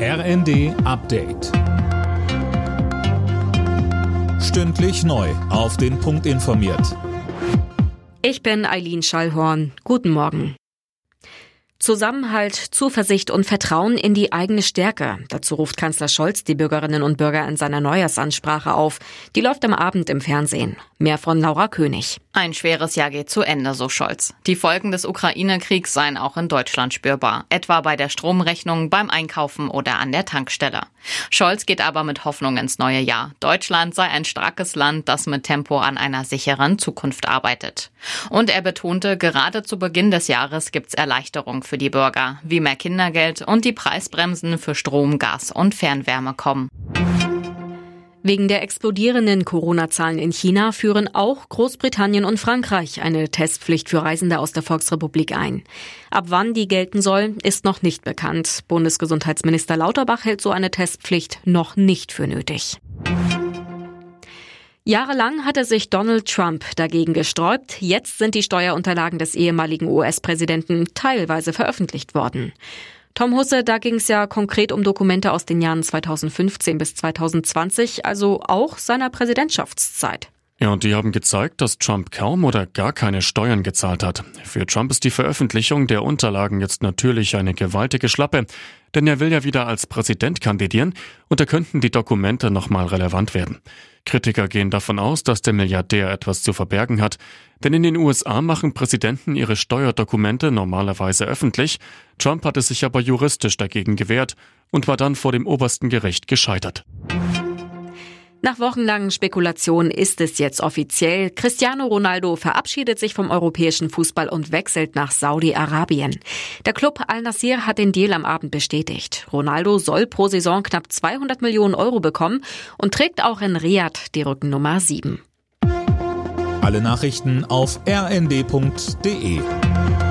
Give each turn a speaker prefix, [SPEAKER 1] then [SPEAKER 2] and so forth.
[SPEAKER 1] RND Update. Stündlich neu auf den Punkt informiert.
[SPEAKER 2] Ich bin Eileen Schallhorn. Guten Morgen. Zusammenhalt, Zuversicht und Vertrauen in die eigene Stärke. Dazu ruft Kanzler Scholz die Bürgerinnen und Bürger in seiner Neujahrsansprache auf. Die läuft am Abend im Fernsehen. Mehr von Laura König.
[SPEAKER 3] Ein schweres Jahr geht zu Ende, so Scholz. Die Folgen des Ukraine-Kriegs seien auch in Deutschland spürbar. Etwa bei der Stromrechnung, beim Einkaufen oder an der Tankstelle. Scholz geht aber mit Hoffnung ins neue Jahr. Deutschland sei ein starkes Land, das mit Tempo an einer sicheren Zukunft arbeitet. Und er betonte, gerade zu Beginn des Jahres gibt's Erleichterung für die Bürger, wie mehr Kindergeld und die Preisbremsen für Strom, Gas und Fernwärme kommen.
[SPEAKER 2] Wegen der explodierenden Corona-Zahlen in China führen auch Großbritannien und Frankreich eine Testpflicht für Reisende aus der Volksrepublik ein. Ab wann die gelten soll, ist noch nicht bekannt. Bundesgesundheitsminister Lauterbach hält so eine Testpflicht noch nicht für nötig. Jahrelang hatte sich Donald Trump dagegen gesträubt. Jetzt sind die Steuerunterlagen des ehemaligen US-Präsidenten teilweise veröffentlicht worden. Tom Husse, da ging es ja konkret um Dokumente aus den Jahren 2015 bis 2020, also auch seiner Präsidentschaftszeit.
[SPEAKER 4] Ja, und die haben gezeigt, dass Trump kaum oder gar keine Steuern gezahlt hat. Für Trump ist die Veröffentlichung der Unterlagen jetzt natürlich eine gewaltige Schlappe, denn er will ja wieder als Präsident kandidieren und da könnten die Dokumente nochmal relevant werden. Kritiker gehen davon aus, dass der Milliardär etwas zu verbergen hat, denn in den USA machen Präsidenten ihre Steuerdokumente normalerweise öffentlich. Trump hatte sich aber juristisch dagegen gewehrt und war dann vor dem obersten Gericht gescheitert.
[SPEAKER 2] Nach wochenlangen Spekulationen ist es jetzt offiziell. Cristiano Ronaldo verabschiedet sich vom europäischen Fußball und wechselt nach Saudi-Arabien. Der Club Al-Nassr hat den Deal am Abend bestätigt. Ronaldo soll pro Saison knapp 200 Millionen Euro bekommen und trägt auch in Riyadh die Rückennummer 7.
[SPEAKER 1] Alle Nachrichten auf rnd.de.